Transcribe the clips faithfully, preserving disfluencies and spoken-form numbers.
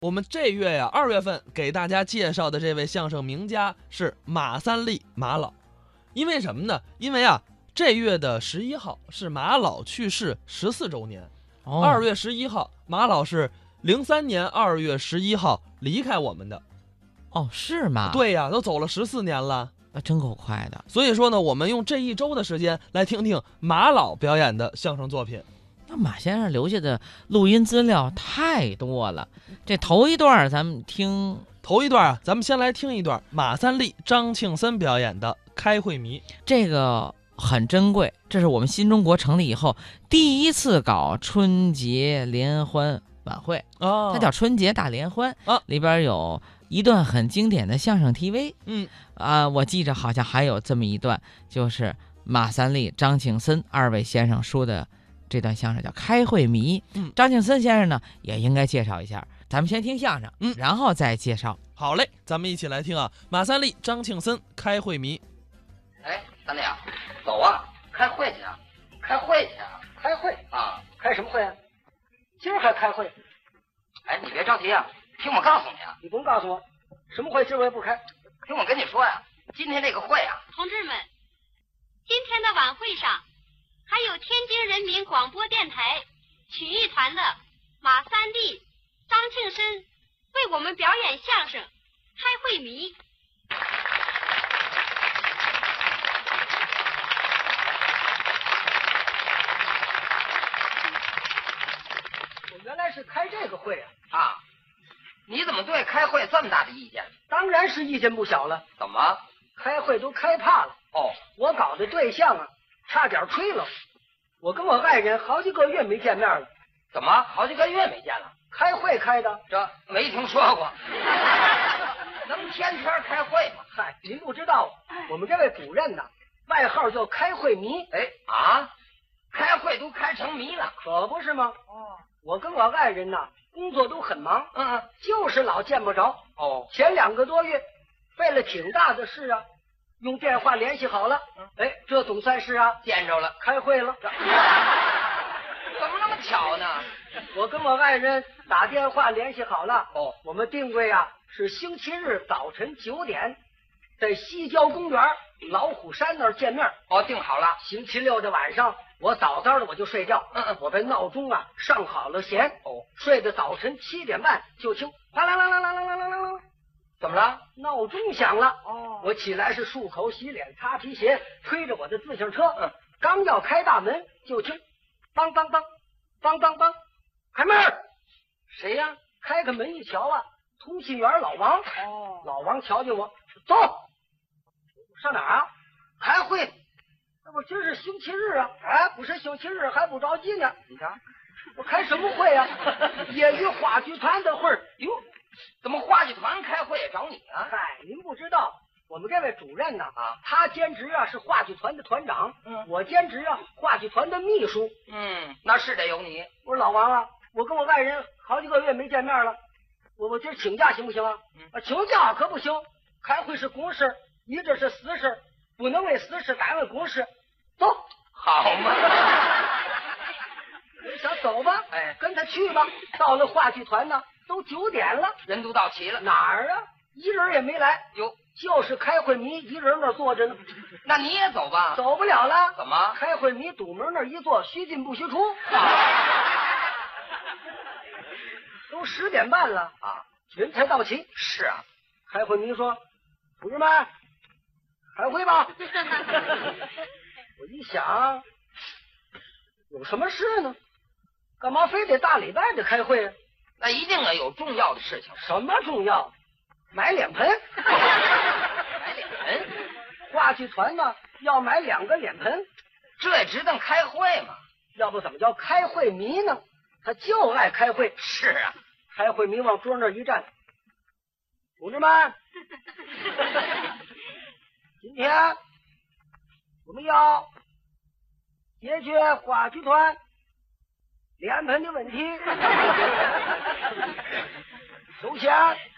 我们这月呀，二月份给大家介绍的这位相声名家是马三立马老。因为什么呢？因为啊，这月的十一号是马老去世十四周年。二、哦、月十一号，马老是零三年二月十一号离开我们的。 哦，是吗？ 对呀，都走了十四年了， 那真够快的。 所以说呢，我们用这一周的时间来听听马老表演的相声作品。 那马先生留下的录音资料太多了，这头一段咱们听， 头一段啊，咱们先来听一段马三立、张庆森表演的《开会迷》， 这个很珍贵，这是我们新中国成立以后第一次搞春节联欢晚会， 哦， 它叫春节大联欢啊， 里边有一段很经典的相声 T V， 嗯啊，我记着好像还有这么一段，就是马三立、张庆森二位先生说的。这段相声叫《开会迷》， 嗯， 张庆森先生呢也应该介绍一下。咱们先听相声， 嗯， 然后再介绍。 好嘞，咱们一起来听啊，马三立、张庆森《开会迷》。 哎，三立啊，走啊，开会去啊，开会去啊， 开会啊， 开什么会啊？今儿还开会？ 哎，你别着急啊，听我告诉你啊， 你甭告诉我，什么会今儿我也不开。 听我跟你说呀，今天这个会啊， 同志们，今天的晚会上。还有天津人民广播电台曲艺团的马三立、张庆森为我们表演相声《开会迷》。 我原来是开这个会啊！ 啊，你怎么对开会这么大的意见？ 当然是意见不小了。 怎么？ 开会都开怕了。 哦， 我搞的对象啊。差点吹了，我跟我爱人好几个月没见面了。 怎么好几个月没见了？ 开会开的， 这没听说过。能天天开会吗？ 嗨，您不知道，我们这位主任呐，外号叫开会迷。 哎啊，开会都开成迷了， 可不是吗？ 哦， 我跟我爱人呐，工作都很忙， 嗯嗯， 就是老见不着。 哦， 前两个多月，费了挺大的事啊。用电话联系好了，哎，这总算是啊， 见着了， 开会了。 怎么那么巧呢？ 我跟我爱人打电话联系好了， 哦， 我们定位啊是星期日早晨九点，在西郊公园老虎山那儿见面。 哦，定好了。 星期六的晚上，我早早的我就睡觉， 嗯嗯， 我把闹钟啊上好了弦， 哦， 睡到早晨七点半就听，哗啦啦啦啦啦啦啦啦啦。 怎么了？ 闹钟响了。 哦， 我起来是漱口、洗脸、擦皮鞋，推着我的自行车， 嗯， 刚要开大门，就听，梆梆梆，梆梆梆，开门！ 谁呀？ 开开门一瞧啊，通信员老王。 哦， 老王瞧见我，走，上哪儿啊？ 开会。 那不今儿是星期日啊？哎，不是星期日还不着急呢。 你看， 我开什么会啊？业余话剧团的会儿。 哟。怎么话剧团开会也找你啊？ 嗨，您不知道，我们这位主任呢， 啊， 他兼职啊是话剧团的团长， 嗯， 我兼职啊话剧团的秘书， 嗯，那是得有你。 我说老王啊，我跟我爱人好几个月没见面了，我我今儿请假行不行啊？ 嗯、 啊，请假可不行，开会是公事，你这是私事，不能为私事耽误公事。走， 好嘛。 想走吧？ 哎， 跟他去吧。到了话剧团呢。都九点了， 人都到齐了， 哪儿啊？一人也没来。 哟， 就是开会迷一人那儿坐着呢。 那你也走吧。 走不了了。 怎么？ 开会迷堵门那儿一坐，须进不须出。都十点半了啊， 人才到齐。 是啊。 开会迷说：“同志们，开会吧。”我一想，有什么事呢？干嘛非得大礼拜的开会啊？ 那一定啊有重要的事情。 什么重要？买脸盆。 买脸盆？ 话剧团呢要买两个脸盆， 这也值得开会吗？ 要不怎么叫开会迷呢？他就爱开会。 是啊， 开会迷往桌那儿一站，同志们，今天我们要解决话剧团脸盆的问题。首先，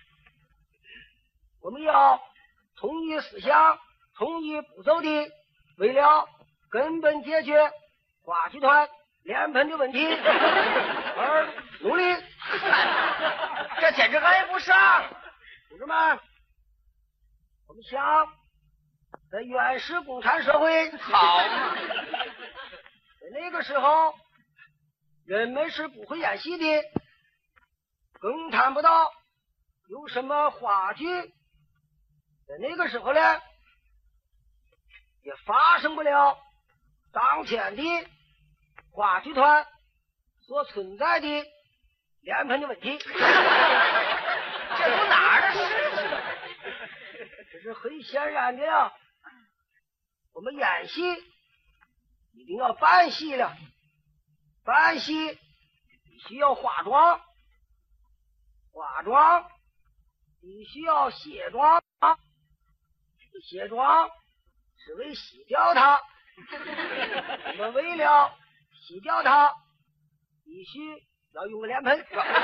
我们要统一思想、统一步骤的，为了根本解决话剧团脸盆的问题而努力。 这简直挨不上。 同志们，我们想，在原始共产社会， 好嘛， 在那个时候，人们是不会演戏的，更谈不到有什么话剧。在那个时候呢，也发生不了当前的话剧团所存在的脸盆的问题。 这都哪儿的事情？ 这是很显然的呀。我们演戏一定要扮戏了，扮戏必须要化妆，化妆必须要卸妆啊，卸妆是为洗掉它。我们为了洗掉它，必须要用个脸盆。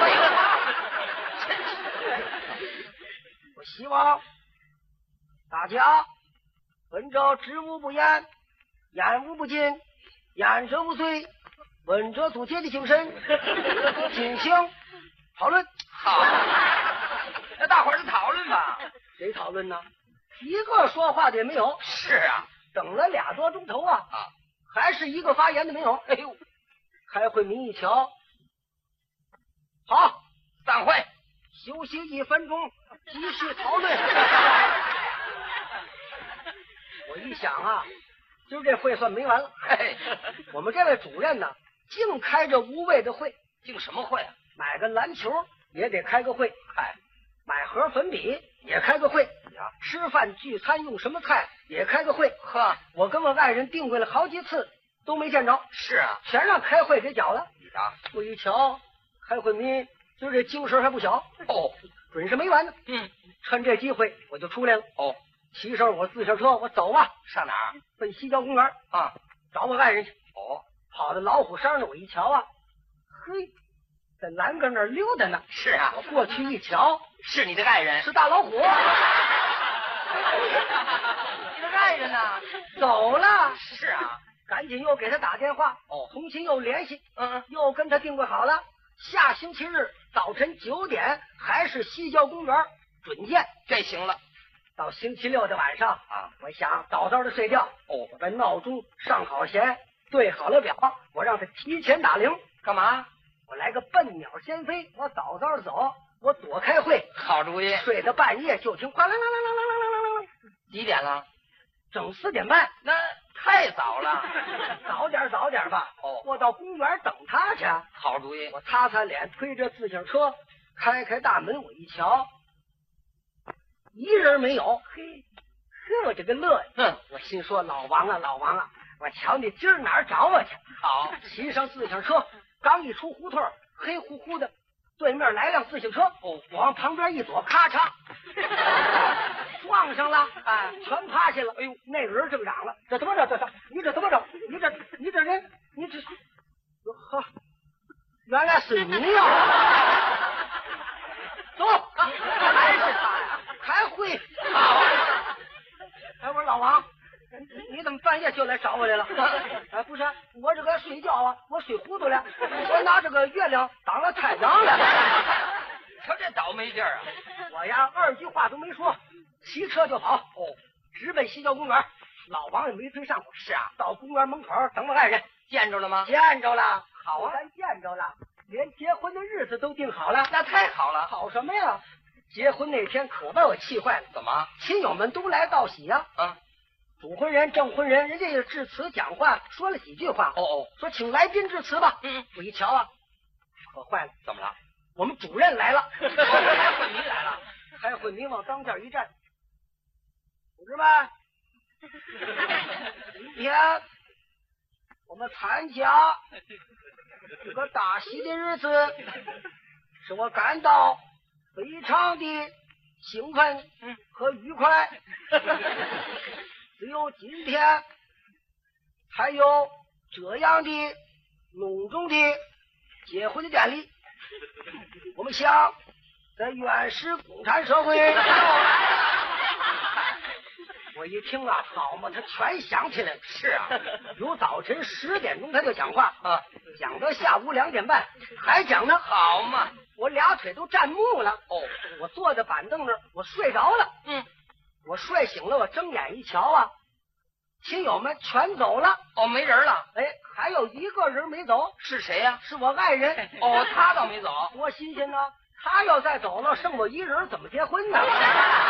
我希望大家本着知无不言、言无不尽、言者无罪、闻者足戒的精神进行讨论。 好，那大伙儿就讨论吧。 谁讨论呢？一个说话的也没有。 是啊， 等了俩多钟头啊， 啊， 还是一个发言的没有。 哎呦， 开会民一瞧，好， 散会， 休息一分钟，继续讨论。我一想啊，今儿这会算没完了。 嘿， 我们这位主任呢，净开着无谓的会， 净什么会啊？ 买个篮球也得开个会， 哎， 买盒粉笔也开个会呀， 吃饭聚餐用什么菜也开个会。 呵， 我跟我爱人订会了好几次，都没见着， 是啊， 全让开会给搅了。 啊， 我一瞧，开会民就这精神还不小， 哦， 准是没完呢。 嗯， 趁这机会我就出来了。 哦， 骑上我自行车，我走啊， 上哪儿奔西郊公园啊？ 找我爱人去。 哦， 跑到老虎山呢，我一瞧啊，嘿，在栏杆那儿溜达呢。 是啊， 我过去一瞧， 是你的爱人， 是大老虎。 你的爱人呢？ 走了。 是啊， 赶紧又给他打电话， 哦， 重新又联系， 嗯嗯， 又跟他定位好了，下星期日早晨九点还是西郊公园准见。 这行了。 到星期六的晚上啊， 我想早早的睡觉。 哦， 我把闹钟上好弦，对好了表，我让他提前打铃。 干嘛？ 我来个笨鸟先飞，我早早的走，我躲开会。 好主意。 睡到半夜就听哗啦啦啦啦啦啦啦啦， 几点了？ 整四点半。 那太早了。 早点早点吧。 哦， 我到公园等他去。 好主意。 我擦擦脸，推着自行车，开开大门，我一瞧，一人没有。嘿，呵，我这个乐呀！ 哼， 我心说老王啊，老王啊，我瞧你今儿哪儿找我去？ 好， 骑上自行车，刚一出胡同，黑乎乎的，对面来辆自行车。 哦， 我往旁边一躲，咔嚓，撞上了，哎，全趴下了。哎呦，那人正嚷了：“这怎么着？这这，你这怎么着？你这你这人，你这，呵，原来是你呀、啊！走，还是他呀？开会好。哎，我说老王，你你怎么半夜就来找我来了？哎，不是，我这个睡觉啊，我睡糊涂了，我拿这个月亮当了太阳了。 瞧这倒霉劲儿啊！ 我呀，二句话都没说，骑车就跑。哦，直奔西郊公园。老王也没追上我。 是啊， 到公园门口等我爱人。 见着了吗？ 见着了。 好啊， 咱见着了，连结婚的日子都定好了。 那太好了。 好什么呀？结婚那天可把我气坏了。 怎么？ 亲友们都来道喜呀、啊。 啊， 主婚人、证婚人，人家也致辞讲话，说了几句话。 哦哦， 说请来宾致辞吧。 嗯， 我一瞧啊，可坏了。 怎么了？ 我们主任来了。 开会民来了。 开会民往当间一站，同志们，今天我们参加这个大喜的日子，使我感到非常的兴奋和愉快。只有今天才有这样的隆重的结婚的典礼。我们想在原始共产社会，我一听啊，好嘛，他全想起来了。 是啊， 由早晨十点钟他就讲话啊， 讲到下午两点半，还讲呢。 好嘛， 我俩腿都站木了。 哦， 我坐在板凳那儿，我睡着了。 嗯， 我睡醒了，我睁眼一瞧啊，亲友们全走了。 哦，没人了。 哎，还有一个人没走， 是谁呀、 是我爱人。 哦，他倒没走。 多新鲜呢！他要再走了，剩我一人，怎么结婚呢？